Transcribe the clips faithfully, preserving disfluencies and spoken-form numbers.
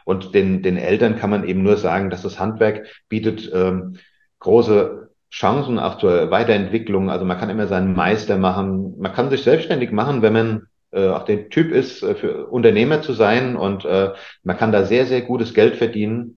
Und den, den Eltern kann man eben nur sagen, dass das Handwerk bietet ähm, große Chancen auch zur Weiterentwicklung. Also man kann immer seinen Meister machen. Man kann sich selbstständig machen, wenn man äh, auch der Typ ist, äh, für Unternehmer zu sein. Und äh, man kann da sehr, sehr gutes Geld verdienen.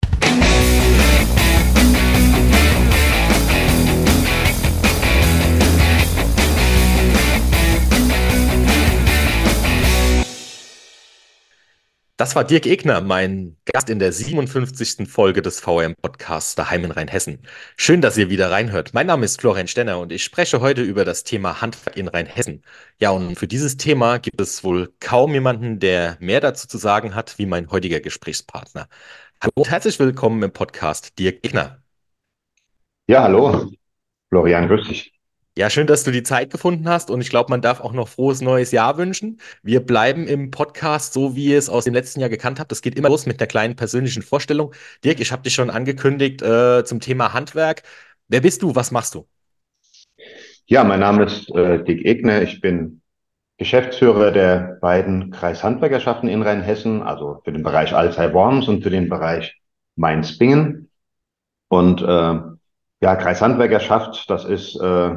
Das war Dirk Egner, mein Gast in der siebenundfünfzigsten Folge des V M-Podcasts Daheim in Rheinhessen. Schön, dass ihr wieder reinhört. Mein Name ist Florian Stenner und ich spreche heute über das Thema Handwerk in Rheinhessen. Ja, und für dieses Thema gibt es wohl kaum jemanden, der mehr dazu zu sagen hat, wie mein heutiger Gesprächspartner. Hallo und herzlich willkommen im Podcast Dirk Egner. Ja, hallo, Florian, grüß dich. Ja, schön, dass du die Zeit gefunden hast und ich glaube, man darf auch noch frohes neues Jahr wünschen. Wir bleiben im Podcast so, wie ihr es aus dem letzten Jahr gekannt habt. Das geht immer los mit einer kleinen persönlichen Vorstellung. Dirk, ich habe dich schon angekündigt äh, zum Thema Handwerk. Wer bist du? Was machst du? Ja, mein Name ist äh, Dick Egner. Ich bin Geschäftsführer der beiden Kreishandwerkerschaften in Rheinhessen, also für den Bereich Alzey-Worms und für den Bereich Mainz-Bingen. Und äh, ja, Kreishandwerkerschaft, das ist äh,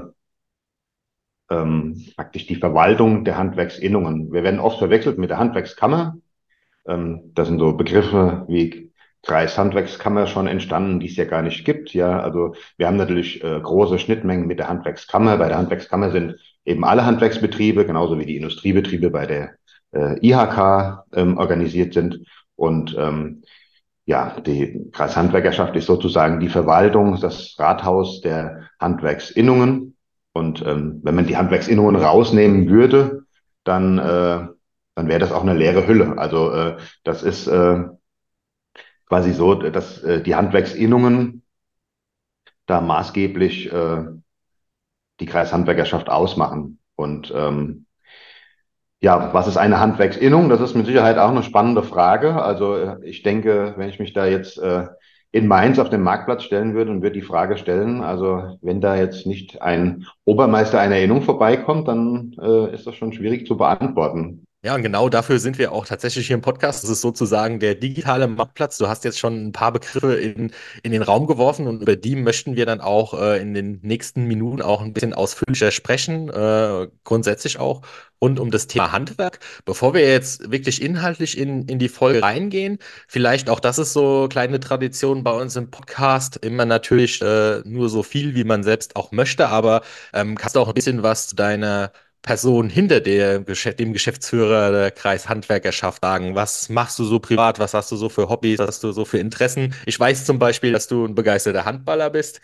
ähm, praktisch die Verwaltung der Handwerksinnungen. Wir werden oft verwechselt mit der Handwerkskammer. Ähm, das sind so Begriffe wie Kreishandwerkskammer schon entstanden, die es ja gar nicht gibt. Ja, also wir haben natürlich äh, große Schnittmengen mit der Handwerkskammer. Bei der Handwerkskammer sind eben alle Handwerksbetriebe, genauso wie die Industriebetriebe bei der äh, I H K ähm, organisiert sind. Und ähm, ja, die Kreishandwerkerschaft ist sozusagen die Verwaltung, das Rathaus der Handwerksinnungen. Und ähm, wenn man die Handwerksinnungen rausnehmen würde, dann, äh, dann wäre das auch eine leere Hülle. Also äh, das ist äh, quasi so, dass äh, die Handwerksinnungen da maßgeblich äh, die Kreishandwerkerschaft ausmachen. Und ähm, ja, was ist eine Handwerksinnung? Das ist mit Sicherheit auch eine spannende Frage. Also äh, ich denke, wenn ich mich da jetzt äh, in Mainz auf den Marktplatz stellen würde und würde die Frage stellen, also wenn da jetzt nicht ein Obermeister einer Innung vorbeikommt, dann äh, ist das schon schwierig zu beantworten. Ja, und genau dafür sind wir auch tatsächlich hier im Podcast. Das ist sozusagen der digitale Marktplatz. Du hast jetzt schon ein paar Begriffe in, in den Raum geworfen und über die möchten wir dann auch äh, in den nächsten Minuten auch ein bisschen ausführlicher sprechen, äh, grundsätzlich auch rund um das Thema Handwerk. Bevor wir jetzt wirklich inhaltlich in, in die Folge reingehen, vielleicht auch das ist so kleine Tradition bei uns im Podcast, immer natürlich äh, nur so viel, wie man selbst auch möchte, aber ähm, kannst du auch ein bisschen was zu deiner Person hinter der, Geschä- dem Geschäftsführer der Kreishandwerkerschaft sagen? Was machst du so privat? Was hast du so für Hobbys? Was hast du so für Interessen? Ich weiß zum Beispiel, dass du ein begeisterter Handballer bist.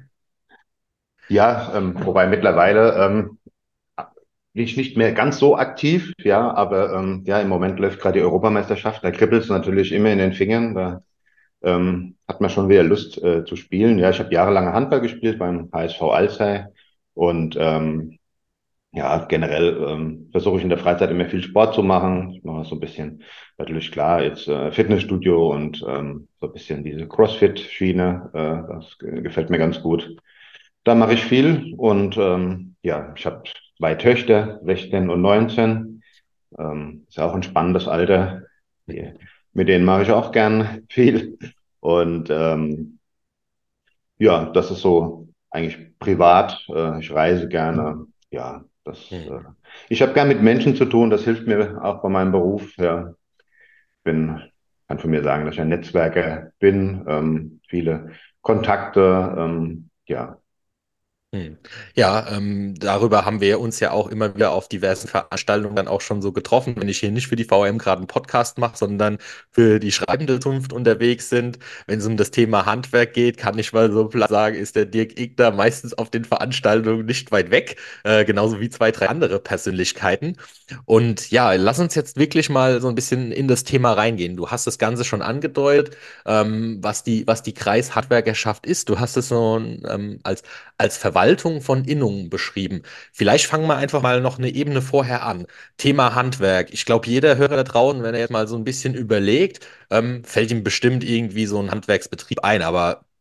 Ja, ähm, wobei mittlerweile ähm, bin ich nicht mehr ganz so aktiv, ja, aber ähm, ja, im Moment läuft gerade die Europameisterschaft, da kribbelt es natürlich immer in den Fingern, da ähm, hat man schon wieder Lust äh, zu spielen. Ja, ich habe jahrelang Handball gespielt beim H S V Alzey und ähm, ja, generell ähm, versuche ich in der Freizeit immer viel Sport zu machen. Ich mache so ein bisschen, natürlich klar, jetzt äh, Fitnessstudio und ähm, so ein bisschen diese CrossFit-Schiene, äh, das ge- gefällt mir ganz gut. Da mache ich viel und ähm, ja, ich habe zwei Töchter, sechzehn und neunzehn. Ähm, ist ja auch ein spannendes Alter. Die, mit denen mache ich auch gern viel. Und ähm, ja, das ist so eigentlich privat. Äh, ich reise gerne. Ja, das. Äh, Hm. ich habe gern mit Menschen zu tun. Das hilft mir auch bei meinem Beruf. Ja, bin, kann von mir sagen, dass ich ein Netzwerker bin. Ähm, viele Kontakte. Ähm, ja. Hm. Ja, ähm, darüber haben wir uns ja auch immer wieder auf diversen Veranstaltungen dann auch schon so getroffen, wenn ich hier nicht für die V M gerade einen Podcast mache, sondern für die schreibende Zunft unterwegs sind. Wenn es um das Thema Handwerk geht, kann ich mal so platt sagen, ist der Dirk Igner meistens auf den Veranstaltungen nicht weit weg, äh, genauso wie zwei, drei andere Persönlichkeiten. Und ja, lass uns jetzt wirklich mal so ein bisschen in das Thema reingehen. Du hast das Ganze schon angedeutet, ähm, was die, was die Kreishandwerkerschaft ist. Du hast es so ähm, als als Verwaltung von Innungen beschrieben. Vielleicht fangen wir einfach mal noch eine Ebene vorher an. Thema Handwerk. Ich glaube, jeder Hörer da draußen, wenn er jetzt mal so ein bisschen überlegt, ähm, fällt ihm bestimmt irgendwie so ein Handwerksbetrieb ein. Aber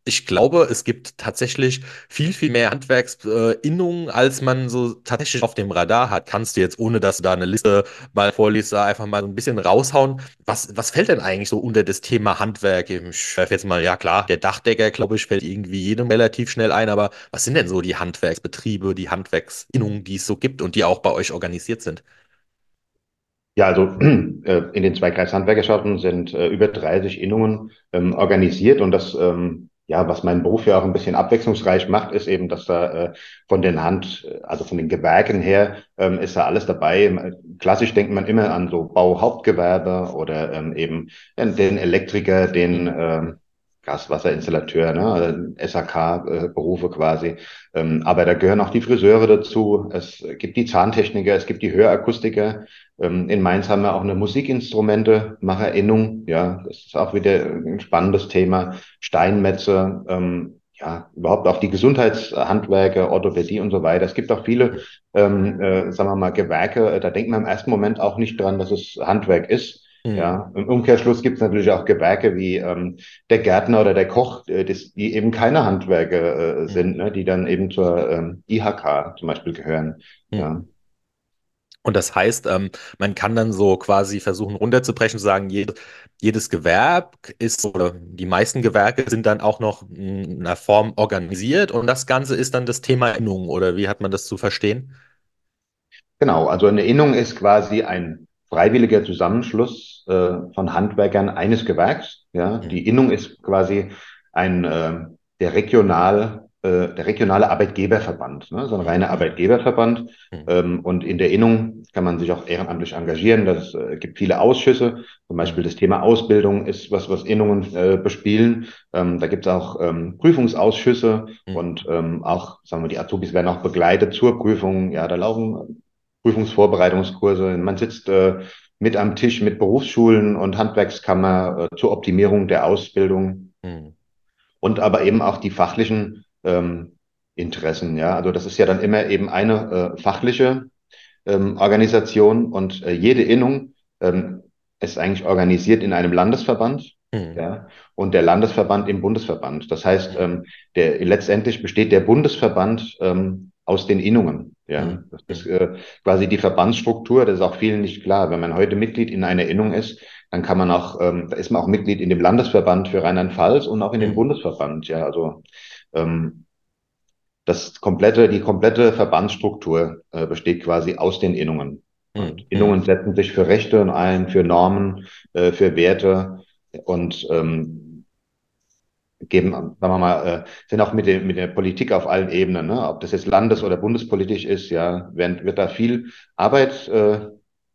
Ich glaube, es gibt tatsächlich viel, viel mehr Handwerksinnungen, als man so tatsächlich auf dem Radar hat. Kannst du jetzt, ohne dass du da eine Liste mal vorliest, da einfach mal so ein bisschen raushauen? Was, was fällt denn eigentlich so unter das Thema Handwerk? Ich werfe jetzt mal, ja klar, der Dachdecker, glaube ich, fällt irgendwie jedem relativ schnell ein, aber was sind denn so die Handwerksbetriebe, die Handwerksinnungen, die es so gibt und die auch bei euch organisiert sind? Ja, also äh, in den zwei Kreishandwerkerschaften sind äh, über dreißig Innungen ähm, organisiert und das, ähm, ja, was meinen Beruf ja auch ein bisschen abwechslungsreich macht, ist eben, dass da äh, von den Hand, also von den Gewerken her, ähm, ist da alles dabei. Klassisch denkt man immer an so Bauhauptgewerbe oder ähm, eben den Elektriker, den Mhm. ähm, Gaswasserinstallateur, ne, also S H K-Berufe quasi. Ähm, aber da gehören auch die Friseure dazu. Es gibt die Zahntechniker, es gibt die Hörakustiker. Ähm, in Mainz haben wir auch eine Musikinstrumente-Macherinnung. Ja, das ist auch wieder ein spannendes Thema. Steinmetze, ähm, ja, überhaupt auch die Gesundheitshandwerke, Orthopädie und so weiter. Es gibt auch viele, ähm, äh, sagen wir mal, Gewerke, äh, da denkt man im ersten Moment auch nicht dran, dass es Handwerk ist. Mhm. Ja, im Umkehrschluss gibt es natürlich auch Gewerke wie ähm, der Gärtner oder der Koch, äh, das, die eben keine Handwerke äh, Mhm. sind, ne, die dann eben zur ähm, I H K zum Beispiel gehören. Mhm. Ja. Und das heißt, ähm, man kann dann so quasi versuchen runterzubrechen, sagen, jedes, jedes Gewerk ist, oder die meisten Gewerke sind dann auch noch in einer Form organisiert und das Ganze ist dann das Thema Innung, oder wie hat man das zu verstehen? Genau, also eine Innung ist quasi ein freiwilliger Zusammenschluss äh, von Handwerkern eines Gewerks. Ja, Mhm. die Innung ist quasi ein äh, der regional äh, der regionale Arbeitgeberverband, ne? So ein reiner Mhm. Arbeitgeberverband. Mhm. Ähm, und in der Innung kann man sich auch ehrenamtlich engagieren. Das äh, gibt viele Ausschüsse. Zum Beispiel Mhm. das Thema Ausbildung ist was, was Innungen äh, bespielen. Ähm, da gibt es auch ähm, Prüfungsausschüsse Mhm. und ähm, auch, sagen wir, die Azubis werden auch begleitet zur Prüfung. Ja, da laufen Prüfungsvorbereitungskurse. Man sitzt äh, mit am Tisch mit Berufsschulen und Handwerkskammer äh, zur Optimierung der Ausbildung Mhm. und aber eben auch die fachlichen ähm, Interessen. Ja, also das ist ja dann immer eben eine äh, fachliche ähm, Organisation und äh, jede Innung ähm, ist eigentlich organisiert in einem Landesverband, Mhm. ja, und der Landesverband im Bundesverband. Das heißt, Mhm. ähm, der, letztendlich besteht der Bundesverband ähm, aus den Innungen. Ja, Mhm. das ist Mhm. äh, quasi die Verbandsstruktur. Das ist auch vielen nicht klar. Wenn man heute Mitglied in einer Innung ist, dann kann man auch, ähm, da ist man auch Mitglied in dem Landesverband für Rheinland-Pfalz und auch in dem Mhm. Bundesverband. Ja, also ähm, das komplette, die komplette Verbandsstruktur äh, besteht quasi aus den Innungen. Und Mhm. Mhm. Innungen setzen sich für Rechte ein, für Normen, äh, für Werte und ähm, geben, sagen wir mal, äh, sind auch mit, dem, mit der Politik auf allen Ebenen, ne? Ob das jetzt landes- oder bundespolitisch ist, ja, wird, wird da viel Arbeit äh,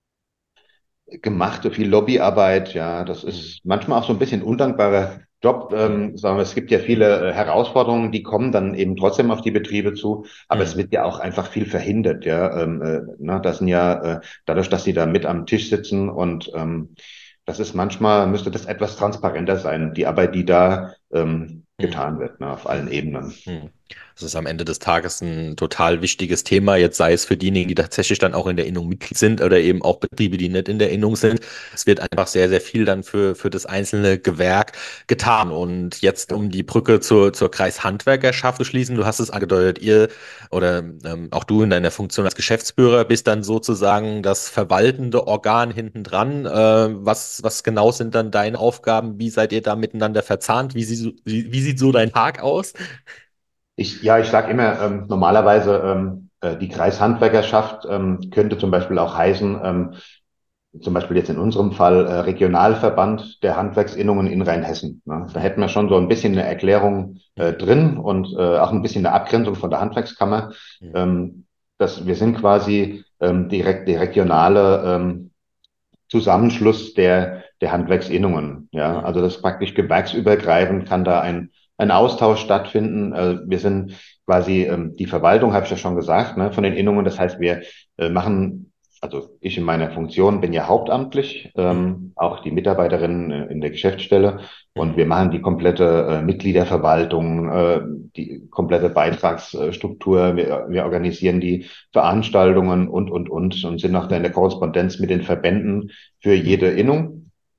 gemacht, viel Lobbyarbeit, ja, das Mhm. ist manchmal auch so ein bisschen undankbarer Job. Mhm. Ähm, sagen wir, es gibt ja viele äh, Herausforderungen, die kommen dann eben trotzdem auf die Betriebe zu, aber es Mhm. wird ja auch einfach viel verhindert, ja. Ähm, äh, ne, das sind ja äh, dadurch, dass sie da mit am Tisch sitzen und ähm, das ist manchmal, müsste das etwas transparenter sein, die Arbeit, die da ähm, Mhm. getan wird, ne, auf allen Mhm. Ebenen. Hm. Das ist am Ende des Tages ein total wichtiges Thema, jetzt sei es für diejenigen, die tatsächlich dann auch in der Innung Mitglied sind oder eben auch Betriebe, die nicht in der Innung sind. Es wird einfach sehr, sehr viel dann für, für das einzelne Gewerk getan. Und jetzt, Ja. um die Brücke zur, zur Kreishandwerkerschaft zu schließen, du hast es angedeutet, ihr oder ähm, auch du in deiner Funktion als Geschäftsführer bist dann sozusagen das verwaltende Organ hintendran. Äh, was, was genau sind dann deine Aufgaben? Wie seid ihr da miteinander verzahnt? Wie, sie, wie, wie sieht so dein Tag aus? Ich, ja, ich sage immer, ähm, normalerweise ähm, äh, die Kreishandwerkerschaft ähm, könnte zum Beispiel auch heißen, ähm, zum Beispiel jetzt in unserem Fall äh, Regionalverband der Handwerksinnungen in Rheinhessen. Ne? Da Hm, hätten wir schon so ein bisschen eine Erklärung äh, hm, drin und äh, auch ein bisschen eine Abgrenzung von der Handwerkskammer. hm, Ähm, dass wir sind quasi ähm, direkt die regionale ähm, Zusammenschluss der, der Handwerksinnungen. Ja, hm, also das ist praktisch gewerksübergreifend kann da ein, ein Austausch stattfinden. Äh, wir sind quasi ähm, die Verwaltung, habe ich ja schon gesagt, ne, von den hm, Innungen. Das heißt, wir äh, machen, also ich in meiner Funktion bin ja hauptamtlich, hm, ähm, auch die Mitarbeiterinnen äh, in der Geschäftsstelle. Und hm, wir machen die komplette äh, Mitgliederverwaltung, äh, die komplette Beitragsstruktur. Wir, wir organisieren die Veranstaltungen und, und, und und sind auch da in der Korrespondenz mit den Verbänden für hm, jede Innung.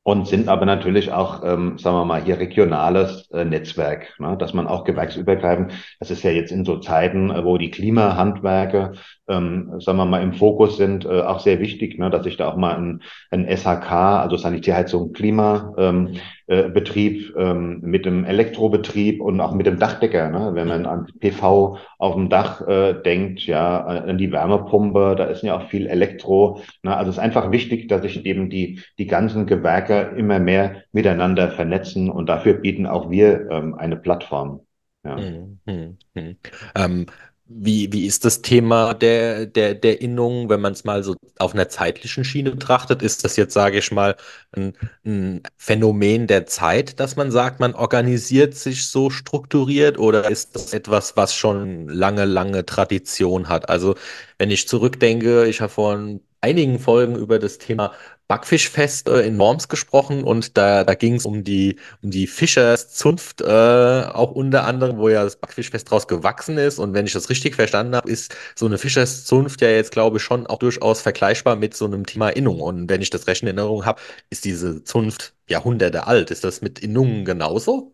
und sind aber natürlich auch, ähm, sagen wir mal, hier regionales äh, Netzwerk, ne? Dass man auch Mhm. gewerksübergreifend, das ist ja jetzt in so Zeiten, äh, wo die Klimahandwerke, ähm, sagen wir mal, im Fokus sind, äh, auch sehr wichtig, ne? Dass sich da auch mal ein, ein S H K, also Sanitärheizung, Klima, ähm, Mhm. äh, Betrieb ähm, mit dem Elektrobetrieb und auch mit dem Dachdecker, ne? Wenn man an P V auf dem Dach äh, denkt, ja, an die Wärmepumpe, da ist ja auch viel Elektro. Ne? Also es ist einfach wichtig, dass sich eben die, die ganzen Gewerke immer mehr miteinander vernetzen und dafür bieten auch wir ähm, eine Plattform. Ja. Hm, hm, hm. Ähm, wie, wie ist das Thema der, der, der Innung, wenn man es mal so auf einer zeitlichen Schiene betrachtet? Ist das jetzt, sage ich mal, ein, ein Phänomen der Zeit, dass man sagt, man organisiert sich so strukturiert, oder ist das etwas, was schon lange, lange Tradition hat? Also, wenn ich zurückdenke, ich habe vor einigen Folgen über das Thema Backfischfest äh, in Worms gesprochen, und da, da ging es um die um die Fischerszunft, äh, auch unter anderem, wo ja das Backfischfest draus gewachsen ist. Und wenn ich das richtig verstanden habe, ist so eine Fischerszunft ja jetzt, glaube ich, schon auch durchaus vergleichbar mit so einem Thema Innung. Und wenn ich das recht in Erinnerung habe, ist diese Zunft Jahrhunderte alt. Ist das mit Innungen genauso?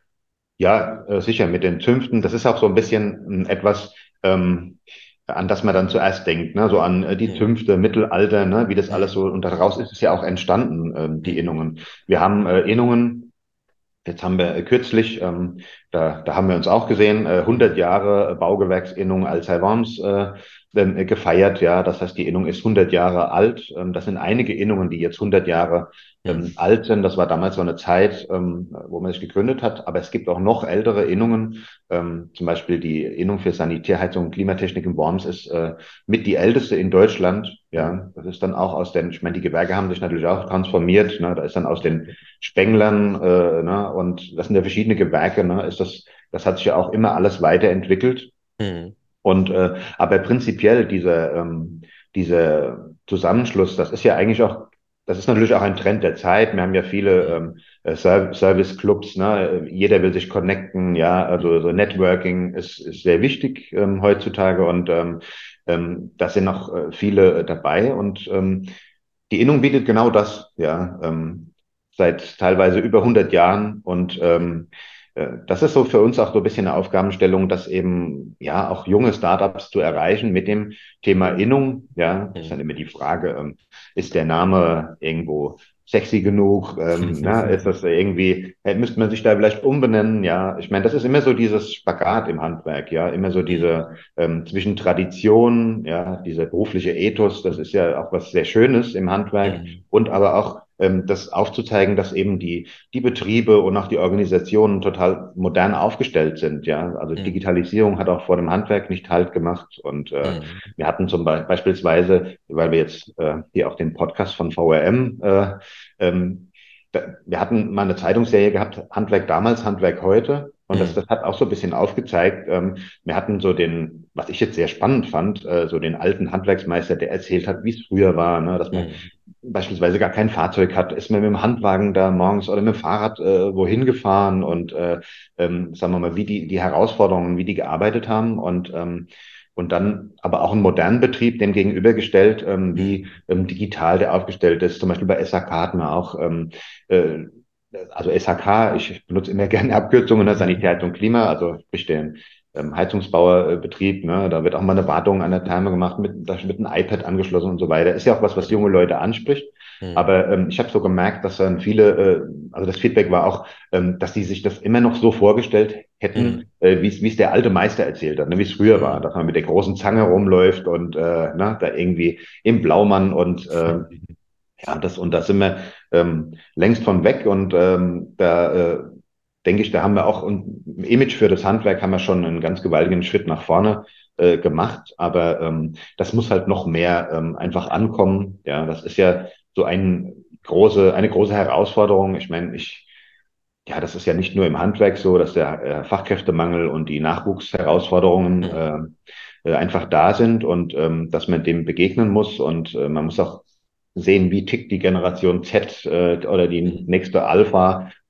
Ja, äh, sicher, mit den Zünften. Das ist auch so ein bisschen ähm, etwas, ähm, an das man dann zuerst denkt, ne? So an äh, die Hm, Zünfte, Mittelalter, ne? Wie das alles hm, so, und daraus ist es ja auch entstanden, ähm, die hm, Innungen. Wir haben äh, Innungen. Jetzt haben wir äh, kürzlich, ähm, da, da haben wir uns auch gesehen, äh, hm, hundert Jahre Baugewerksinnung Alzey-Worms äh, ähm, äh, gefeiert. Ja, das heißt, die Innung ist hundert Jahre alt. Ähm, das sind einige Innungen, die jetzt hundert Jahre ähm, hm, alt sind. Das war damals so eine Zeit, ähm, wo man sich gegründet hat. Aber es gibt auch noch ältere Innungen. Ähm, zum Beispiel die Innung für Sanitärheizung und Klimatechnik in Worms ist äh, mit die älteste in Deutschland. hm, Ja, das ist dann auch aus den, ich meine, die Gewerke haben sich natürlich auch transformiert. Ne? Da ist dann aus hm, den Spenglern, äh, ne, und das sind ja verschiedene Gewerke, ne, ist das, das hat sich ja auch immer alles weiterentwickelt. hm, Und äh, aber prinzipiell dieser ähm, dieser Zusammenschluss, das ist ja eigentlich auch, das ist natürlich auch ein Trend der Zeit. Wir haben ja viele hm, ähm, äh, Ser- Service-Clubs, ne? Jeder will sich connecten, ja, also so Networking ist, ist sehr wichtig ähm, heutzutage und ähm, ähm, da sind noch äh, viele äh, dabei und ähm, die Innung bietet genau das, ja, ähm, seit teilweise über hundert Jahren. Und ähm, äh, das ist so für uns auch so ein bisschen eine Aufgabenstellung, dass eben ja auch junge Startups zu erreichen mit dem Thema Innung. Ja, das ist hm, dann immer die Frage, ähm, ist der Name irgendwo sexy genug? Ähm, na, ist hm, das irgendwie, äh, müsste man sich da vielleicht umbenennen? Ja, ich meine, das ist immer so dieses Spagat im Handwerk, ja, immer so hm, diese ähm, zwischen Tradition, ja, dieser berufliche Ethos, das ist ja auch was sehr Schönes im Handwerk hm, und aber auch ähm, das aufzuzeigen, dass eben die, die Betriebe und auch die Organisationen total modern aufgestellt sind, ja. Also hm, Digitalisierung hat auch vor dem Handwerk nicht Halt gemacht und äh, hm, wir hatten zum Beispiel beispielsweise, weil wir jetzt äh, hier auch den Podcast von V R M äh, ähm, da, wir hatten mal eine Zeitungsserie gehabt, Handwerk damals, Handwerk heute. Und das, hm, das hat auch so ein bisschen aufgezeigt. Ähm, wir hatten so den, was ich jetzt sehr spannend fand, äh, so den alten Handwerksmeister, der erzählt hat, wie es früher war, ne? Dass man hm, beispielsweise gar kein Fahrzeug hat, ist man mit dem Handwagen da morgens oder mit dem Fahrrad äh, wohin gefahren und äh, ähm, sagen wir mal, wie die, die Herausforderungen, wie die gearbeitet haben und ähm, und dann aber auch einen modernen Betrieb dem gegenübergestellt, ähm, wie hm, ähm, digital der aufgestellt ist. Zum Beispiel bei S H K hatten wir auch ähm, äh, also S H K, ich benutze immer gerne Abkürzungen, ne, hm, Sanität und Klima, also sprich den ähm, Heizungsbauerbetrieb, ne, da wird auch mal eine Wartung an der Therme gemacht, mit, da wird ein iPad angeschlossen und so weiter. Ist ja auch was, was hm, junge Leute anspricht. hm, Aber ähm, ich habe so gemerkt, dass dann viele, äh, also das Feedback war auch, ähm, dass die sich das immer noch so vorgestellt hm, hätten, äh, wie es wie es der alte Meister erzählt hat, ne, wie es früher war, hm, dass man mit der großen Zange rumläuft und äh, na, da irgendwie im Blaumann und äh, hm, ja, das und da sind wir ähm, längst von weg und ähm, da äh, denke ich, da haben wir auch ein Image für das Handwerk haben wir schon einen ganz gewaltigen Schritt nach vorne äh, gemacht, aber ähm, das muss halt noch mehr ähm, einfach ankommen. Ja, das ist ja so ein große, eine große Herausforderung. Ich meine, ich ja, das ist ja nicht nur im Handwerk so, dass der äh, Fachkräftemangel und die Nachwuchsherausforderungen hm, äh, äh, einfach da sind und ähm, dass man dem begegnen muss und äh, man muss auch sehen, wie tickt die Generation Z äh, oder die hm, nächste Alpha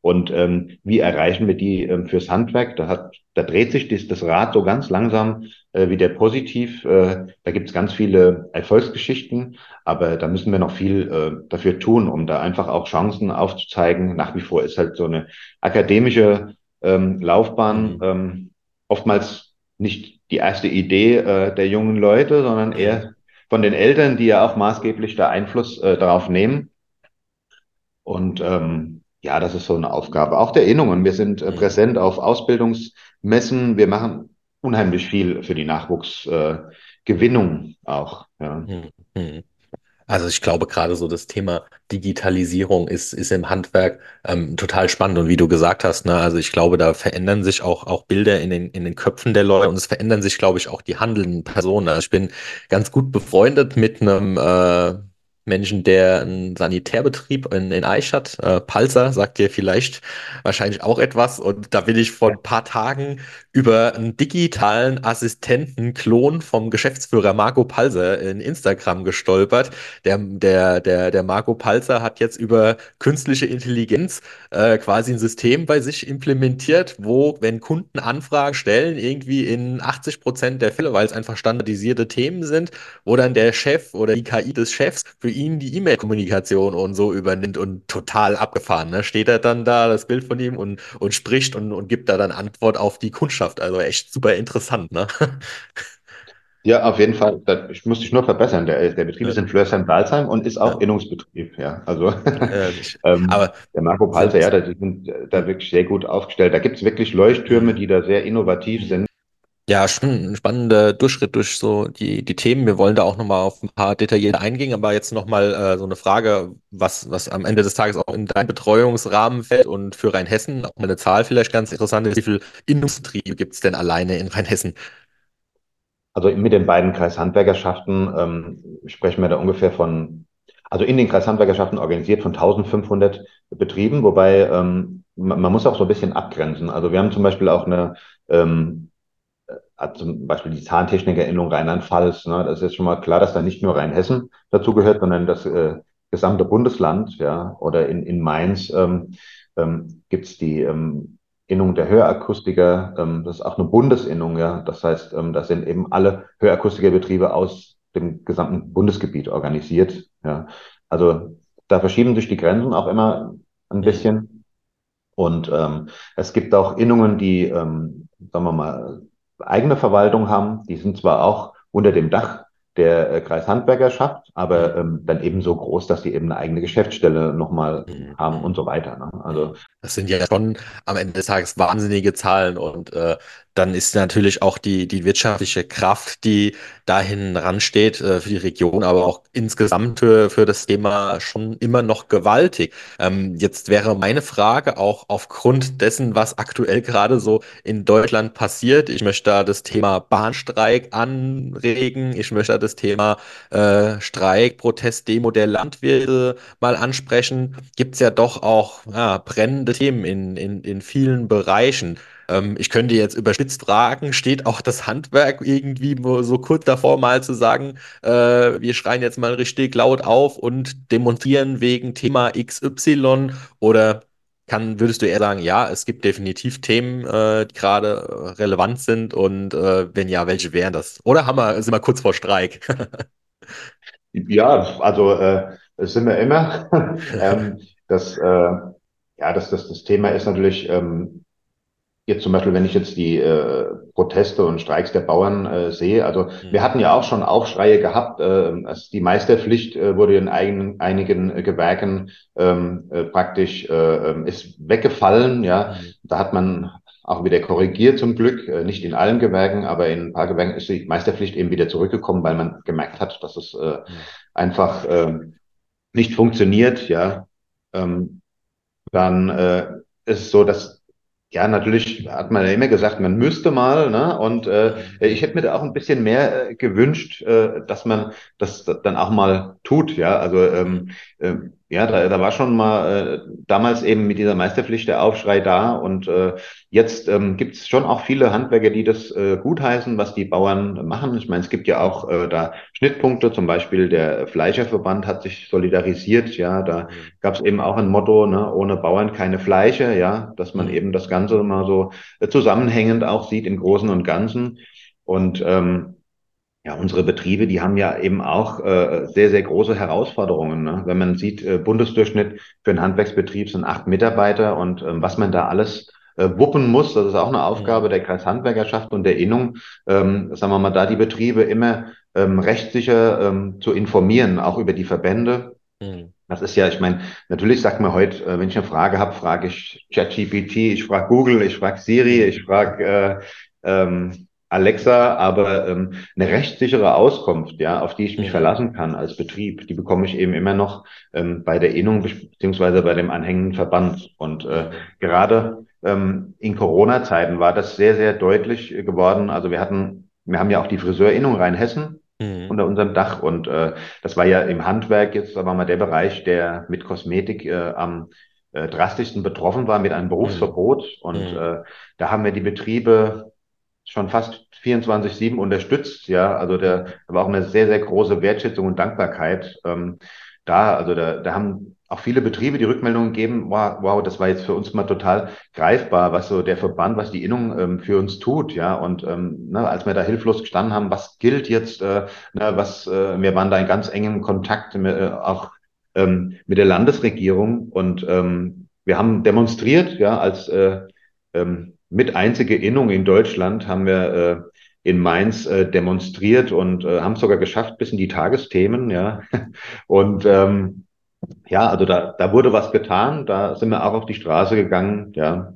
Und ähm, wie erreichen wir die ähm, fürs Handwerk? Da hat, da dreht sich das, das Rad so ganz langsam äh, wieder positiv. Äh, da gibt es ganz viele Erfolgsgeschichten, aber da müssen wir noch viel äh, dafür tun, um da einfach auch Chancen aufzuzeigen. Nach wie vor ist halt so eine akademische ähm, Laufbahn Mhm. ähm, oftmals nicht die erste Idee äh, der jungen Leute, sondern Mhm. eher von den Eltern, die ja auch maßgeblich da Einfluss äh, darauf nehmen. Und ähm, ja, das ist so eine Aufgabe. Auch der Innungen. Wir sind äh, Mhm. präsent auf Ausbildungsmessen. Wir machen unheimlich viel für die Nachwuchsgewinnung äh, Gewinnung auch. Ja. Mhm. Mhm. Also ich glaube gerade so das Thema Digitalisierung ist, ist im Handwerk ähm, total spannend und wie du gesagt hast, ne, also ich glaube, da verändern sich auch, auch Bilder in den, in den Köpfen der Leute und es verändern sich, glaube ich, auch die handelnden Personen. Also ich bin ganz gut befreundet mit einem äh, Menschen, der einen Sanitärbetrieb in, in Aisch hat. Äh, Palzer sagt dir vielleicht wahrscheinlich auch etwas und da bin ich vor ein paar Tagen über einen digitalen Assistenten-Klon vom Geschäftsführer Marco Palser in Instagram gestolpert. Der, der, der, der Marco Palzer hat jetzt über künstliche Intelligenz äh, quasi ein System bei sich implementiert, wo, wenn Kunden Anfragen stellen, irgendwie in achtzig Prozent der Fälle, weil es einfach standardisierte Themen sind, wo dann der Chef oder die K I des Chefs für ihn die E-Mail-Kommunikation und so übernimmt und total abgefahren. Ne? Steht er dann da, das Bild von ihm und, und spricht und, und gibt da dann Antwort auf die Kundschaft. Also echt super interessant, ne? Ja, auf jeden Fall. Da, ich muss dich nur verbessern. Der, der Betrieb ist Ja, in Flörsheim-Dalsheim und ist auch ja, Innungsbetrieb. Ja, also ja, ich, ähm, aber der Marco Palzer, ja, sind, da die sind da wirklich sehr gut aufgestellt. Da gibt's wirklich Leuchttürme, hm, die da sehr innovativ hm. sind. Ja, schon ein spannender Durchschritt durch so die, die Themen. Wir wollen da auch nochmal auf ein paar detailliert eingehen, aber jetzt nochmal äh, so eine Frage, was, was am Ende des Tages auch in deinen Betreuungsrahmen fällt und für Rheinhessen, auch mal eine Zahl vielleicht ganz interessant ist, wie viel Industrie gibt es denn alleine in Rheinhessen? Also mit den beiden Kreishandwerkerschaften ähm, sprechen wir da ungefähr von, also in den Kreishandwerkerschaften organisiert von eintausendfünfhundert Betrieben, wobei ähm, man, man muss auch so ein bisschen abgrenzen. Also wir haben zum Beispiel auch eine, ähm, hat zum Beispiel die Zahntechnikerinnung Rheinland-Pfalz. Ne? Das ist jetzt schon mal klar, dass da nicht nur Rheinhessen dazugehört, sondern das äh, gesamte Bundesland. Ja? Oder in, in Mainz ähm, ähm, gibt es die ähm, Innung der Hörakustiker. Ähm, das ist auch eine Bundesinnung. Ja? Das heißt, ähm, da sind eben alle Hörakustikerbetriebe aus dem gesamten Bundesgebiet organisiert. Ja? Also da verschieben sich die Grenzen auch immer ein Hm, bisschen. Und ähm, es gibt auch Innungen, die, ähm, sagen wir mal, eigene Verwaltung haben. Die sind zwar auch unter dem Dach der äh, Kreishandwerkerschaft, aber hm, ähm, dann eben so groß, dass die eben eine eigene Geschäftsstelle nochmal hm, haben hm. und so weiter. Ne? Also Mhm. Das sind ja schon am Ende des Tages wahnsinnige Zahlen und äh, dann ist natürlich auch die, die wirtschaftliche Kraft, die dahin ransteht, äh, für die Region, aber auch insgesamt für, für das Thema schon immer noch gewaltig. Ähm, jetzt wäre meine Frage auch aufgrund dessen, was aktuell gerade so in Deutschland passiert. Ich möchte da das Thema Bahnstreik anregen. Ich möchte da das Thema äh, Streik, Protest, Demo der Landwirte mal ansprechen, gibt es ja doch auch ja, brennende Themen in, in, in vielen Bereichen. Ähm, ich könnte jetzt überspitzt fragen, steht auch das Handwerk irgendwie mo- so kurz davor mal zu sagen, äh, wir schreien jetzt mal richtig laut auf und demonstrieren wegen Thema X Y oder kann, würdest du eher sagen, ja, es gibt definitiv Themen, äh, die gerade äh, relevant sind und äh, wenn ja, welche wären das? Oder haben wir, sind wir kurz vor Streik? ja, also äh, das sind wir immer. ähm, das, äh, ja, das, das, das Thema ist natürlich ähm, jetzt zum Beispiel, wenn ich jetzt die äh, Proteste und Streiks der Bauern äh, sehe, also wir Hm, hatten ja auch schon Aufschreie gehabt, äh, als die Meisterpflicht äh, wurde in eigenen, einigen äh, Gewerken ähm, äh, praktisch äh, ähm, ist weggefallen, ja. hm, Da hat man auch wieder korrigiert zum Glück, äh, nicht in allen Gewerken, aber in ein paar Gewerken ist die Meisterpflicht eben wieder zurückgekommen, weil man gemerkt hat, dass es äh, hm, einfach äh, nicht funktioniert, ja. Ähm, dann äh, ist es so, dass, ja, natürlich hat man ja immer gesagt, man müsste mal, ne? Und äh, hm, ich hm, hätte mir da auch ein bisschen mehr äh, gewünscht, äh, dass man das dann auch mal tut, ja. Also hm, ähm, äh, Ja, da, da war schon mal äh, damals eben mit dieser Meisterpflicht der Aufschrei da und äh, jetzt ähm, gibt es schon auch viele Handwerker, die das äh, gutheißen, was die Bauern machen. Ich meine, es gibt ja auch Mhm. äh, da Schnittpunkte, zum Beispiel der Fleischerverband hat sich solidarisiert, ja, da Mhm. gab es eben auch ein Motto, ne, ohne Bauern keine Fleischer, ja, dass man Mhm. eben das Ganze mal so äh, zusammenhängend auch sieht im Großen und Ganzen. Und ähm, ja, unsere Betriebe, die haben ja eben auch äh, sehr, sehr große Herausforderungen. Ne? Wenn man sieht, äh, Bundesdurchschnitt für einen Handwerksbetrieb sind acht Mitarbeiter und ähm, was man da alles äh, wuppen muss, das ist auch eine Aufgabe Mhm. der Kreishandwerkerschaft und der Innung, ähm, sagen wir mal, da die Betriebe immer ähm, rechtssicher ähm, zu informieren, auch über die Verbände. Mhm. Das ist ja, ich meine, natürlich sagt man heute, äh, wenn ich eine Frage habe, frage ich ChatGPT, ich frage Google, ich frage Siri, Mhm. ich frage äh, ähm, Alexa, aber ähm, eine rechtssichere Auskunft, ja, auf die ich mich Mhm. verlassen kann als Betrieb, die bekomme ich eben immer noch ähm, bei der Innung beziehungsweise bei dem anhängenden Verband. Und äh, Mhm. gerade ähm, in Corona-Zeiten war das sehr, sehr deutlich äh, geworden. Also wir hatten, wir haben ja auch die Friseurinnung Rheinhessen Mhm. unter unserem Dach und äh, das war ja im Handwerk jetzt, sagen wir mal, der Bereich, der mit Kosmetik äh, am äh, drastischsten betroffen war mit einem Mhm. Berufsverbot. Und Mhm. äh, da haben wir die Betriebe schon fast vierundzwanzig sieben unterstützt. Ja, also der, Mhm. da war auch eine sehr, sehr große Wertschätzung und Dankbarkeit ähm, da. Also da, da haben auch viele Betriebe die Rückmeldung gegeben, wow, wow, das war jetzt für uns mal total greifbar, was so der Verband, was die Innung ähm, für uns tut. Ja, und ähm, ne, als wir da hilflos gestanden haben, was gilt jetzt, äh, ne, was, äh, wir waren da in ganz engem Kontakt mit, äh, auch ähm, mit der Landesregierung und ähm, wir haben demonstriert, ja, als äh, ähm, mit einzige Innung in Deutschland haben wir äh, in Mainz äh, demonstriert und äh, haben es sogar geschafft bis in die Tagesthemen, ja. Und ähm, ja, also da, da wurde was getan, da sind wir auch auf die Straße gegangen, ja.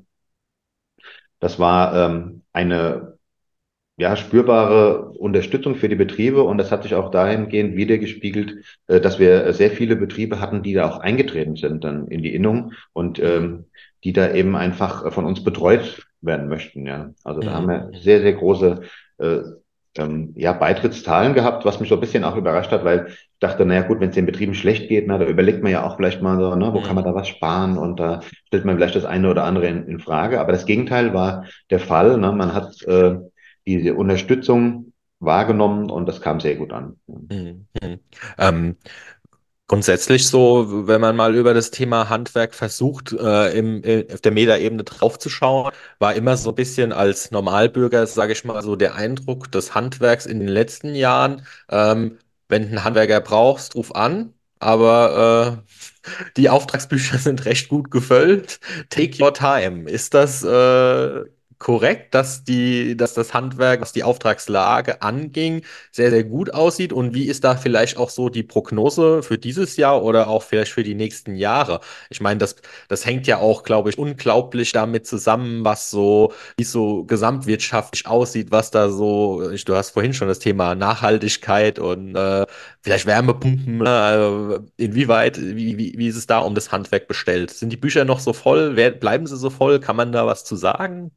Das war ähm, eine ja, spürbare Unterstützung für die Betriebe und das hat sich auch dahingehend wiedergespiegelt, äh, dass wir sehr viele Betriebe hatten, die da auch eingetreten sind dann in die Innung und Mhm. ähm, die da eben einfach äh, von uns betreut werden möchten. Ja, also da haben Mhm. wir Mhm. sehr, sehr große äh, ähm, ja, Beitrittszahlen gehabt, was mich so ein bisschen auch überrascht hat, weil ich dachte, naja gut, wenn es den Betrieben schlecht geht, na, da überlegt man ja auch vielleicht mal so, ne, wo kann man Mhm. da was sparen und da stellt man vielleicht das eine oder andere in, in Frage. Aber das Gegenteil war der Fall. Ne? Man hat äh, diese Unterstützung wahrgenommen und das kam sehr gut an. Mhm. Mhm. Ähm, Grundsätzlich so, wenn man mal über das Thema Handwerk versucht, äh, im, äh, auf der Metaebene draufzuschauen, war immer so ein bisschen als Normalbürger, sage ich mal, so der Eindruck des Handwerks in den letzten Jahren, ähm, wenn du einen Handwerker brauchst, ruf an, aber äh, die Auftragsbücher sind recht gut gefüllt. Take your time. Ist das äh, korrekt, dass die, dass das Handwerk, was die Auftragslage anging, sehr, sehr gut aussieht? Und wie ist da vielleicht auch so die Prognose für dieses Jahr oder auch vielleicht für die nächsten Jahre? Ich meine, das, das hängt ja auch, glaube ich, unglaublich damit zusammen, was so, wie es so gesamtwirtschaftlich aussieht, was da so, ich, du hast vorhin schon das Thema Nachhaltigkeit und äh, vielleicht Wärmepumpen, ne? Also inwieweit, wie, wie, wie ist es da um das Handwerk bestellt? Sind die Bücher noch so voll? Wer, bleiben sie so voll? Kann man da was zu sagen?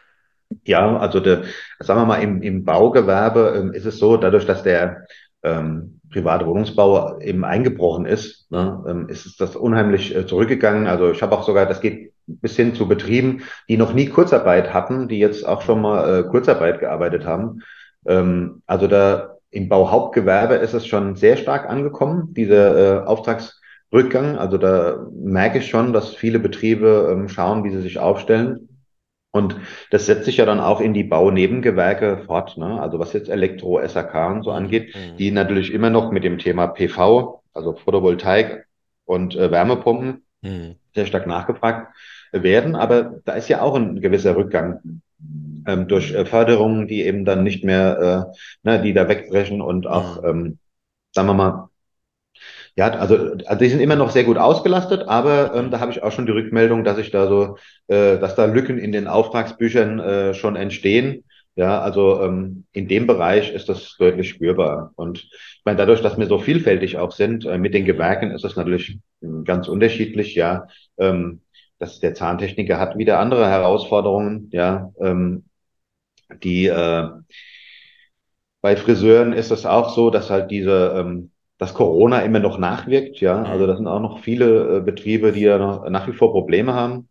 Ja, also der, sagen wir mal, im, im Baugewerbe ähm, ist es so, dadurch, dass der ähm, private Wohnungsbau eben eingebrochen ist, Hm, ne, ähm, ist es das unheimlich äh, zurückgegangen. Also ich habe auch sogar, das geht bis hin zu Betrieben, die noch nie Kurzarbeit hatten, die jetzt auch schon hm, mal äh, Kurzarbeit gearbeitet haben. Ähm, also da im Bauhauptgewerbe ist es schon sehr stark angekommen, dieser äh, Auftragsrückgang. Also da merke ich schon, dass viele Betriebe ähm, schauen, wie sie sich aufstellen. Und das setzt sich ja dann auch in die Baunebengewerke fort, ne? Also was jetzt Elektro, S A K und so hm, angeht, hm, die natürlich immer noch mit dem Thema P V, also Photovoltaik und äh, Wärmepumpen hm, sehr stark nachgefragt werden. Aber da ist ja auch ein gewisser Rückgang ähm, durch äh, Förderungen, die eben dann nicht mehr, äh, ne, die da wegbrechen und auch, hm, ähm, sagen wir mal, ja, also, also die sind immer noch sehr gut ausgelastet, aber ähm, hm, da habe ich auch schon die Rückmeldung, dass ich da so, äh, dass da Lücken in den Auftragsbüchern äh, schon entstehen. Ja, also ähm, in dem Bereich ist das deutlich spürbar. Und ich meine, dadurch, dass wir so vielfältig auch sind, äh, mit den hm, Gewerken ist es natürlich ähm, ganz unterschiedlich, ja. Ähm, dass der Zahntechniker hat wieder andere Herausforderungen, ja. Ähm, die äh, bei Friseuren ist es auch so, dass halt diese ähm, dass Corona immer noch nachwirkt, ja. Also Mhm. das sind auch noch viele äh, Betriebe, die ja noch, nach wie vor Probleme haben.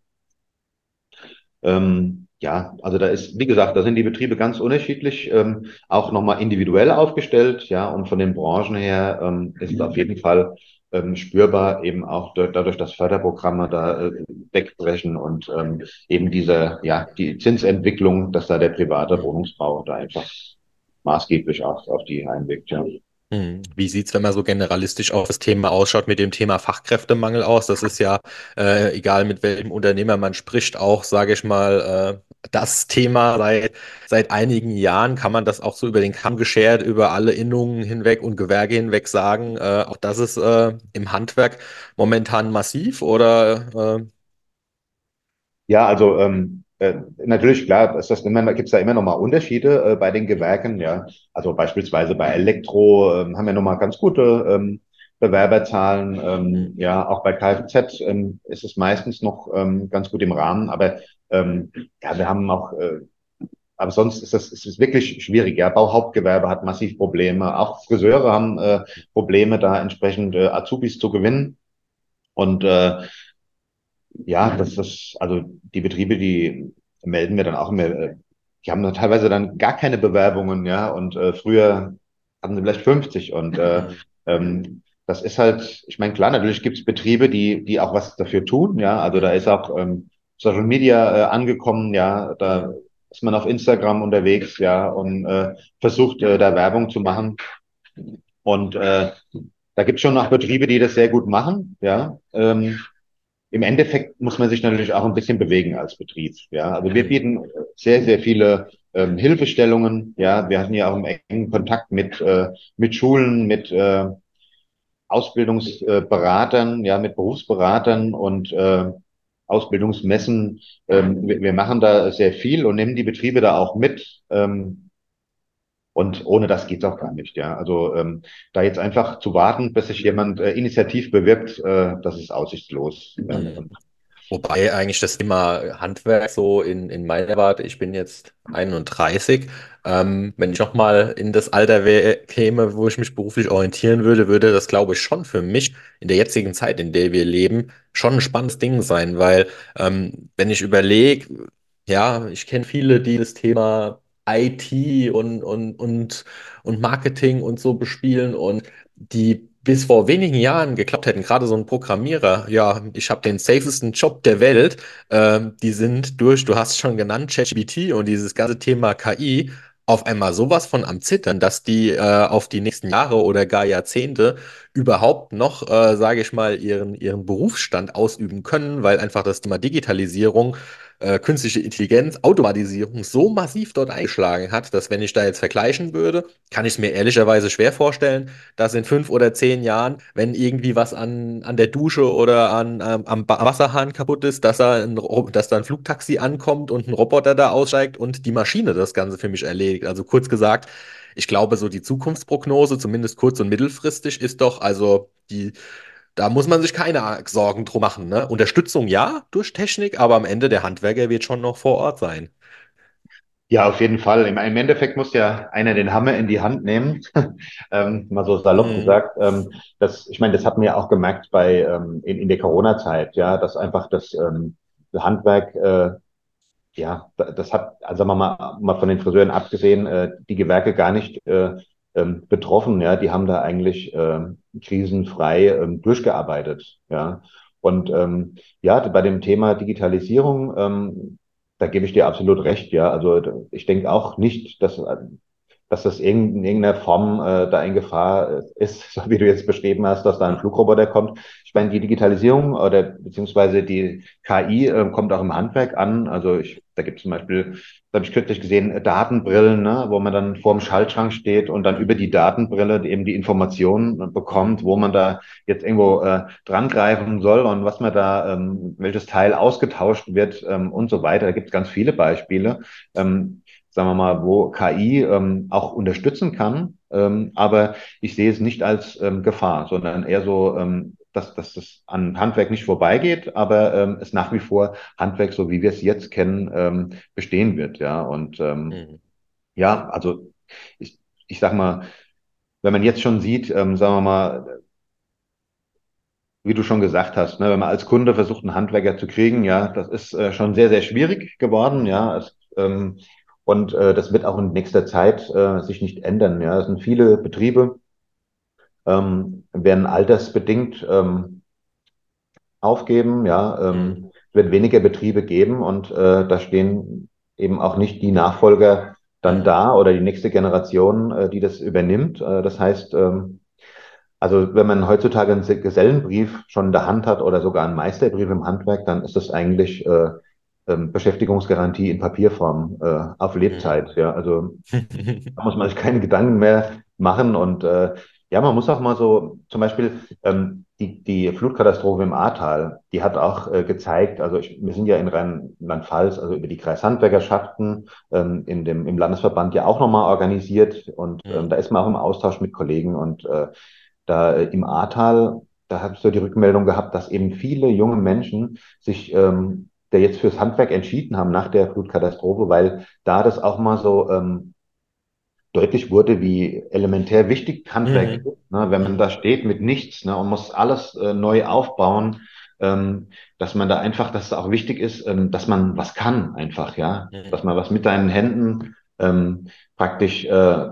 Ähm, ja, also da ist, wie gesagt, da sind die Betriebe ganz unterschiedlich, ähm, auch nochmal individuell aufgestellt, ja, und von den Branchen her ähm, ist es auf jeden Fall ähm, spürbar, eben auch da- dadurch, dass Förderprogramme da äh, wegbrechen und ähm, eben diese, ja, die Zinsentwicklung, dass da der private Mhm. Wohnungsbau da einfach maßgeblich auf, auf die einwirkt, ja. Hm. Wie sieht's, wenn man so generalistisch auf das Thema ausschaut, mit dem Thema Fachkräftemangel aus? Das ist ja, äh, egal mit welchem Unternehmer man spricht, auch, sage ich mal, äh, das Thema seit, seit einigen Jahren. Kann man das auch so über den Kamm geschert, über alle Innungen hinweg und Gewerke hinweg sagen? Äh, auch das ist äh, im Handwerk momentan massiv oder äh, Ja, also ähm, äh, natürlich, klar, ist das immer, gibt es da immer noch mal Unterschiede äh, bei den Gewerken, ja. Also beispielsweise bei Elektro ähm, haben wir noch mal ganz gute ähm, Bewerberzahlen. Ähm, ja, auch bei Kfz ähm, ist es meistens noch ähm, ganz gut im Rahmen, aber ähm, ja, wir haben auch, äh, aber sonst ist das, ist es wirklich schwierig. Ja, Bauhauptgewerbe hat massiv Probleme. Auch Friseure haben äh, Probleme, da entsprechend äh, Azubis zu gewinnen. Und äh, ja, das ist, also die Betriebe, die melden mir dann auch immer, äh, die haben da teilweise dann gar keine Bewerbungen, ja, und äh, früher hatten sie vielleicht fünfzig und äh, hm, ähm, das ist halt, ich meine, klar, natürlich gibt es Betriebe, die, die auch was dafür tun, ja, also da hm, ist auch ähm, Social Media äh, angekommen, ja, da hm, ist man auf Instagram unterwegs, ja, und äh, versucht äh, da Werbung zu machen und äh, da gibt es schon noch Betriebe, die das sehr gut machen, ja, ähm, im Endeffekt muss man sich natürlich auch ein bisschen bewegen als Betrieb. Ja, also wir hm, bieten sehr, sehr viele ähm, Hilfestellungen. Ja, wir hatten ja auch einen engen Kontakt mit, äh, mit Schulen, mit äh, Ausbildungsberatern, ja, mit Berufsberatern und äh, Ausbildungsmessen. Ähm, wir, wir machen da sehr viel und nehmen die Betriebe da auch mit. Ähm, und ohne das geht's auch gar nicht. Ja, also ähm, da jetzt einfach zu warten, bis sich jemand äh, initiativ bewirbt, äh, das ist aussichtslos. Ja. hm. Wobei eigentlich das Thema Handwerk so in, in meiner Warte, ich bin jetzt einunddreißig, ähm, wenn ich nochmal in das Alter wär, käme, wo ich mich beruflich orientieren würde, würde das, glaube ich, schon für mich in der jetzigen Zeit, in der wir leben, schon ein spannendes Ding sein, weil ähm, wenn ich überlege, ja, ich kenne viele, die das Thema I T und, und, und, und Marketing und so bespielen und die bis vor wenigen Jahren geklappt hätten, gerade so ein Programmierer, ja, ich habe den safesten Job der Welt, ähm, die sind durch, du hast schon genannt, ChatGPT und dieses ganze Thema K I auf einmal sowas von am Zittern, dass die äh, auf die nächsten Jahre oder gar Jahrzehnte überhaupt noch, äh, sage ich mal, ihren, ihren Berufsstand ausüben können, weil einfach das Thema Digitalisierung, äh, künstliche Intelligenz, Automatisierung so massiv dort eingeschlagen hat, dass wenn ich da jetzt vergleichen würde, kann ich es mir ehrlicherweise schwer vorstellen, dass in fünf oder zehn Jahren, wenn irgendwie was an, an der Dusche oder an, ähm, am Ba- Wasserhahn kaputt ist, dass da ein, Ro- dass da ein Flugtaxi ankommt und ein Roboter da aussteigt und die Maschine das Ganze für mich erledigt. Also kurz gesagt, ich glaube, so die Zukunftsprognose, zumindest kurz- und mittelfristig, ist doch, also die, da muss man sich keine Sorgen drum machen, ne? Unterstützung ja durch Technik, aber am Ende der Handwerker wird schon noch vor Ort sein. Ja, auf jeden Fall. Im, im Endeffekt muss ja einer den Hammer in die Hand nehmen, ähm, mal so salopp Mhm. gesagt. Ähm, das, ich meine, das hat man ja auch gemerkt bei ähm, in, in der Corona-Zeit, ja, dass einfach das ähm, Handwerk, äh, ja, da- das hat, also sagen wir mal, mal von den Friseuren abgesehen, äh, die Gewerke gar nicht äh, ähm, betroffen, ja, die haben da eigentlich äh, krisenfrei ähm, durchgearbeitet, ja. Und ähm, ja, bei dem Thema Digitalisierung, ähm, da gebe ich dir absolut recht, ja. Also ich denke auch nicht, dass dass das irgend- in irgendeiner Form äh, da in Gefahr äh, ist, so wie du jetzt beschrieben hast, dass da ein Flugroboter kommt. Ich meine, die Digitalisierung oder beziehungsweise die K I äh, kommt auch im Handwerk an. Also ich, da gibt es zum Beispiel, da habe ich kürzlich gesehen, äh, Datenbrillen, ne, wo man dann vor dem Schaltschrank steht und dann über die Datenbrille eben die Informationen äh, bekommt, wo man da jetzt irgendwo äh, dran greifen soll und was man da, ähm, welches Teil ausgetauscht wird ähm, und so weiter. Da gibt es ganz viele Beispiele. Ähm, sagen wir mal, wo K I ähm, auch unterstützen kann, ähm, aber ich sehe es nicht als ähm, Gefahr, sondern eher so, ähm, dass, dass das an Handwerk nicht vorbeigeht, aber ähm, es nach wie vor Handwerk, so wie wir es jetzt kennen, ähm, bestehen wird, ja. Und ähm, Mhm. ja, also ich, ich sag mal, wenn man jetzt schon sieht, ähm, sagen wir mal, wie du schon gesagt hast, ne, wenn man als Kunde versucht, einen Handwerker zu kriegen, ja, das ist äh, schon sehr, sehr schwierig geworden, Mhm. ja. Es, ähm, und äh, das wird auch in nächster Zeit äh, sich nicht ändern. Ja, es sind viele Betriebe, ähm, werden altersbedingt ähm, aufgeben. Ja, Mhm. ähm, es wird weniger Betriebe geben und äh, da stehen eben auch nicht die Nachfolger dann Mhm. da oder die nächste Generation, äh, die das übernimmt. Äh, das heißt, ähm, also wenn man heutzutage einen Gesellenbrief schon in der Hand hat oder sogar einen Meisterbrief im Handwerk, dann ist das eigentlich äh, ähm, Beschäftigungsgarantie in Papierform äh, auf Mhm. Lebzeit. Ja, also da muss man sich keine Gedanken mehr machen. Und äh, ja, man muss auch mal so, zum Beispiel ähm, die, die Flutkatastrophe im Ahrtal, die hat auch äh, gezeigt, also ich, wir sind ja in Rheinland-Pfalz, also über die Kreishandwerkerschaften ähm, in dem, im Landesverband ja auch nochmal organisiert. Und ähm, Mhm. da ist man auch im Austausch mit Kollegen. Und äh, da äh, im Ahrtal, da habe ich so die Rückmeldung gehabt, dass eben viele junge Menschen sich ähm, der jetzt fürs Handwerk entschieden haben nach der Flutkatastrophe, weil da das auch mal so ähm, deutlich wurde, wie elementär wichtig Handwerk Mhm. ist, ne? Wenn man Mhm. da steht mit nichts, ne, und muss alles äh, neu aufbauen, ähm, dass man da einfach, dass es auch wichtig ist, ähm, dass man was kann einfach, ja, Mhm. dass man was mit seinen Händen ähm, praktisch, äh,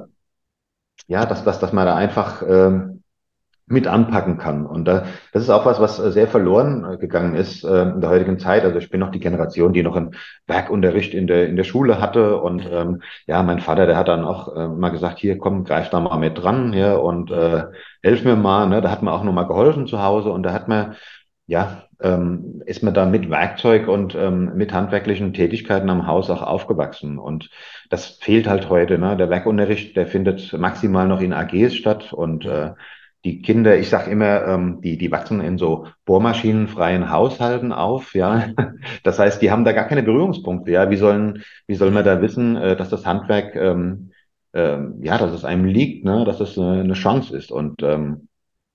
ja, dass, dass, dass man da einfach ähm, mit anpacken kann. Und da, das ist auch was, was äh, sehr verloren äh, gegangen ist äh, in der heutigen Zeit. Also ich bin noch die Generation, die noch einen Werkunterricht in der, in der Schule hatte. Und Mhm. ähm, ja, mein Vater, der hat dann auch äh, mal gesagt, hier, komm, greif da mal mit dran hier und äh, Mhm. helf mir mal. Ne? Da hat man auch noch mal geholfen zu Hause und da hat man, ja, ähm, ist man da mit Werkzeug und ähm, mit handwerklichen Tätigkeiten am Haus auch aufgewachsen. Und das fehlt halt heute. Ne? Der Werkunterricht, der findet maximal noch in A Gs statt und äh, Mhm. die Kinder, ich sag immer, ähm, die, die wachsen in so bohrmaschinenfreien Haushalten auf, ja. Mhm. Das heißt, die haben da gar keine Berührungspunkte, ja. Wie sollen, wie soll man Mhm. da wissen, äh, dass das Handwerk, ähm, ähm, ja, dass es einem liegt, ne, dass es eine, eine Chance ist. Und ähm,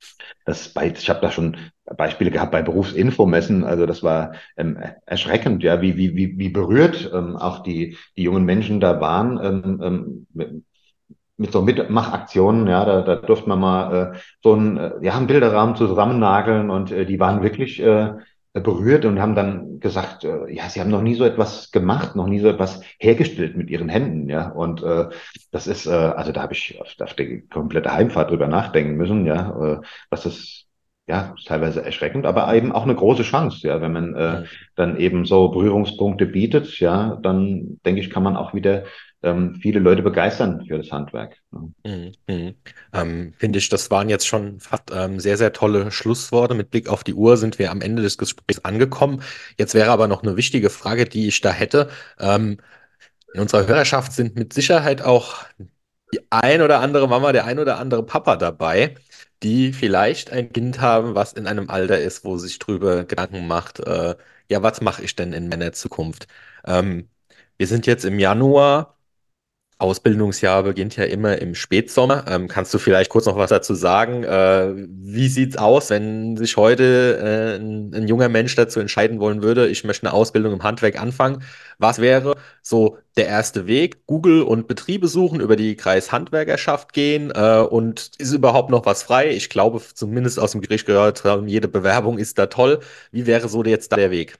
das bei, ich habe da schon Beispiele gehabt bei Berufsinfomessen, also das war ähm, erschreckend, ja, wie, wie, wie, wie berührt ähm, auch die, die jungen Menschen da waren, ähm, ähm, mit so Mitmachaktionen, ja, da, da durfte man mal äh, so einen, äh, ja, einen Bilderrahmen zusammennageln und äh, die waren Mhm. wirklich äh, berührt und haben dann gesagt, äh, ja, sie haben noch nie so etwas gemacht, noch nie so etwas hergestellt mit ihren Händen, ja. Und äh, das ist, äh, also da habe ich auf, auf der komplette Heimfahrt drüber nachdenken müssen, ja, äh, was das ja, ist teilweise erschreckend, aber eben auch eine große Chance, ja, wenn man äh, Mhm. dann eben so Berührungspunkte bietet, ja, dann denke ich, kann man auch wieder ähm, viele Leute begeistern für das Handwerk. Ne? Mhm. Mhm. Ähm, finde ich, das waren jetzt schon fast, ähm, sehr, sehr tolle Schlussworte. Mit Blick auf die Uhr sind wir am Ende des Gesprächs angekommen. Jetzt wäre aber noch eine wichtige Frage, die ich da hätte. Ähm, in unserer Hörerschaft sind mit Sicherheit auch die ein oder andere Mama, der ein oder andere Papa dabei, die vielleicht ein Kind haben, was in einem Alter ist, wo sich drüber Gedanken macht, äh, ja, was mache ich denn in meiner Zukunft? Ähm, wir sind jetzt im Januar. Ausbildungsjahr beginnt ja immer im Spätsommer. Ähm, kannst du vielleicht kurz noch was dazu sagen? Äh, wie sieht's aus, wenn sich heute äh, ein, ein junger Mensch dazu entscheiden wollen würde, ich möchte eine Ausbildung im Handwerk anfangen? Was wäre so der erste Weg? Google und Betriebe suchen, über die Kreishandwerkerschaft gehen äh, und ist überhaupt noch was frei? Ich glaube, zumindest aus dem Gericht gehört haben, jede Bewerbung ist da toll. Wie wäre so jetzt da der Weg?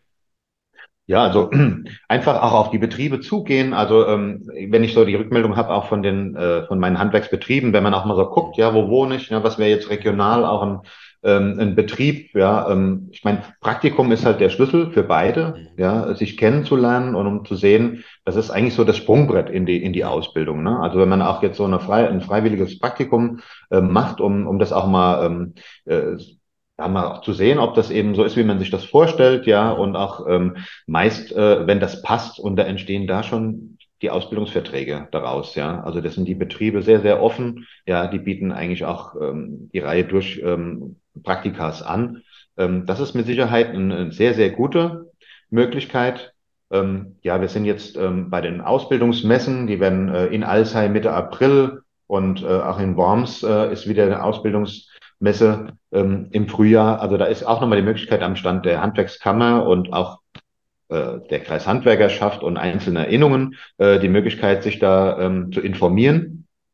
Ja, also einfach auch auf die Betriebe zugehen. Also ähm, wenn ich so die Rückmeldung habe, auch von den äh, von meinen Handwerksbetrieben, wenn man auch mal so guckt, Mhm. ja, wo wohne ich, ja, was wäre jetzt Mhm. regional auch ein, ähm, ein Betrieb, ja, ähm, ich meine, Praktikum ist halt der Schlüssel für beide, Mhm. ja, sich kennenzulernen und um zu sehen, das ist eigentlich so das Sprungbrett in die in die Mhm. Ausbildung. Ne? Also wenn man auch jetzt so eine frei, ein freiwilliges Praktikum ähm, macht, um um das auch mal ähm, äh, ja, mal auch zu sehen, ob das eben so ist, wie man sich das vorstellt, ja, Mhm. und auch ähm, meist, äh, wenn das passt und da entstehen da schon die Ausbildungsverträge daraus, ja. Also das sind die Betriebe sehr, sehr offen, ja, die bieten eigentlich auch ähm, die Reihe durch ähm, Praktikas an. Ähm, das ist mit Sicherheit eine, eine sehr, sehr gute Möglichkeit. Ähm, ja, wir sind jetzt ähm, bei den Ausbildungsmessen, die werden äh, in Alzey Mitte April und äh, auch in Worms äh, ist wieder eine Ausbildungsmesse ähm, im Frühjahr. Also da ist auch nochmal die Möglichkeit am Stand der Handwerkskammer und auch äh, der Kreishandwerkerschaft und einzelner Innungen äh, die Möglichkeit, sich da ähm, zu informieren.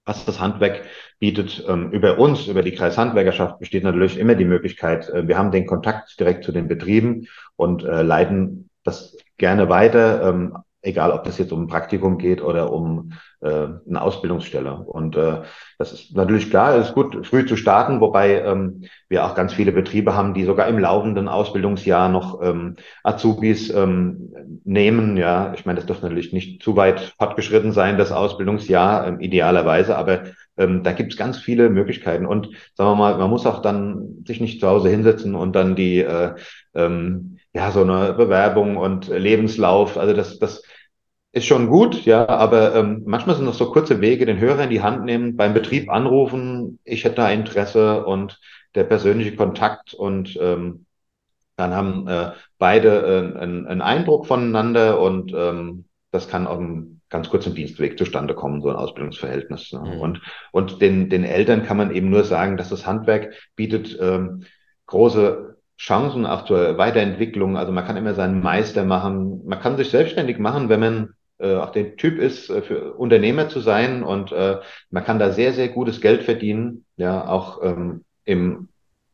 was das Handwerk bietet. Ähm, über uns, über die Kreishandwerkerschaft besteht natürlich immer die Möglichkeit, äh, wir haben den Kontakt direkt zu den Betrieben und äh, leiten das gerne weiter, ähm, egal ob das jetzt um ein Praktikum geht oder um äh, eine Ausbildungsstelle. Und äh, das ist natürlich klar, es ist gut, früh zu starten, wobei ähm, wir auch ganz viele Betriebe haben, die sogar im laufenden Ausbildungsjahr noch ähm, Azubis ähm, nehmen. Ja, ich meine, das dürfte natürlich nicht zu weit fortgeschritten sein, das Ausbildungsjahr, ähm, idealerweise, aber ähm, da gibt es ganz viele Möglichkeiten. Und sagen wir mal, man muss auch dann sich nicht zu Hause hinsetzen und dann die äh, ähm, ja, so eine Bewerbung und Lebenslauf, also das, das ist schon gut, ja, aber ähm, manchmal sind das so kurze Wege, den Hörer in die Hand nehmen, beim Betrieb anrufen, ich hätte da Interesse und der persönliche Kontakt und ähm, dann haben äh, beide äh, einen, einen Eindruck voneinander und ähm, das kann auf einem ganz kurzen Dienstweg zustande kommen, so ein Ausbildungsverhältnis. Ne? Mhm. Und, und den, den Eltern kann man eben nur sagen, dass das Handwerk bietet ähm, große Chancen auch zur Weiterentwicklung. Also man kann immer seinen Meister machen, man kann sich selbstständig machen, wenn man äh, auch der Typ ist, äh, für Unternehmer zu sein und äh, man kann da sehr, sehr gutes Geld verdienen, ja, auch ähm, im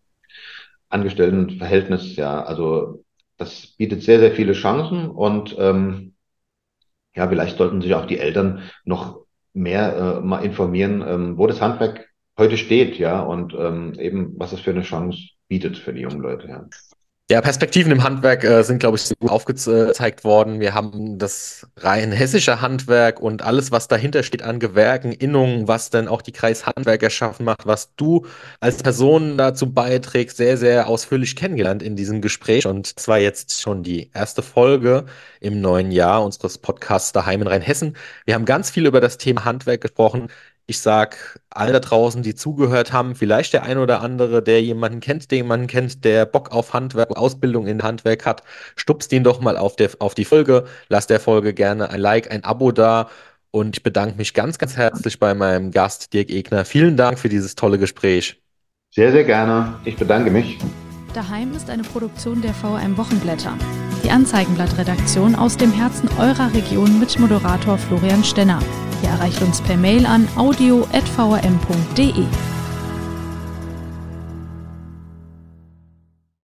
Angestelltenverhältnis, ja, also das bietet sehr, sehr viele Chancen und ähm, ja, vielleicht sollten sich auch die Eltern noch mehr äh, mal informieren, ähm, wo das Handwerk heute steht, ja, und ähm, eben, was es für eine Chance bietet für die jungen Leute, ja. Ja, Perspektiven im Handwerk äh, sind, glaube ich, sehr gut aufgezeigt worden. Wir haben das rein hessische Handwerk und alles, was dahinter steht an Gewerken, Innungen, was dann auch die Kreishandwerkerschaft macht, was du als Person dazu beiträgst, sehr, sehr ausführlich kennengelernt in diesem Gespräch. Und das war jetzt schon die erste Folge im neuen Jahr unseres Podcasts Daheim in Rheinhessen. Wir haben ganz viel über das Thema Handwerk gesprochen. Ich sag all da draußen, die zugehört haben, vielleicht der ein oder andere, der jemanden kennt, den jemanden kennt, der Bock auf Handwerk, Ausbildung in Handwerk hat, stupst ihn doch mal auf, der, auf die Folge. Lass der Folge gerne ein Like, ein Abo da. Und ich bedanke mich ganz, ganz herzlich bei meinem Gast Dirk Egner. Vielen Dank für dieses tolle Gespräch. Sehr, sehr gerne. Ich bedanke mich. Daheim ist eine Produktion der V M Wochenblätter. Die Anzeigenblatt-Redaktion aus dem Herzen eurer Region mit Moderator Florian Stenner. Ihr erreicht uns per Mail an audio at v m punkt de.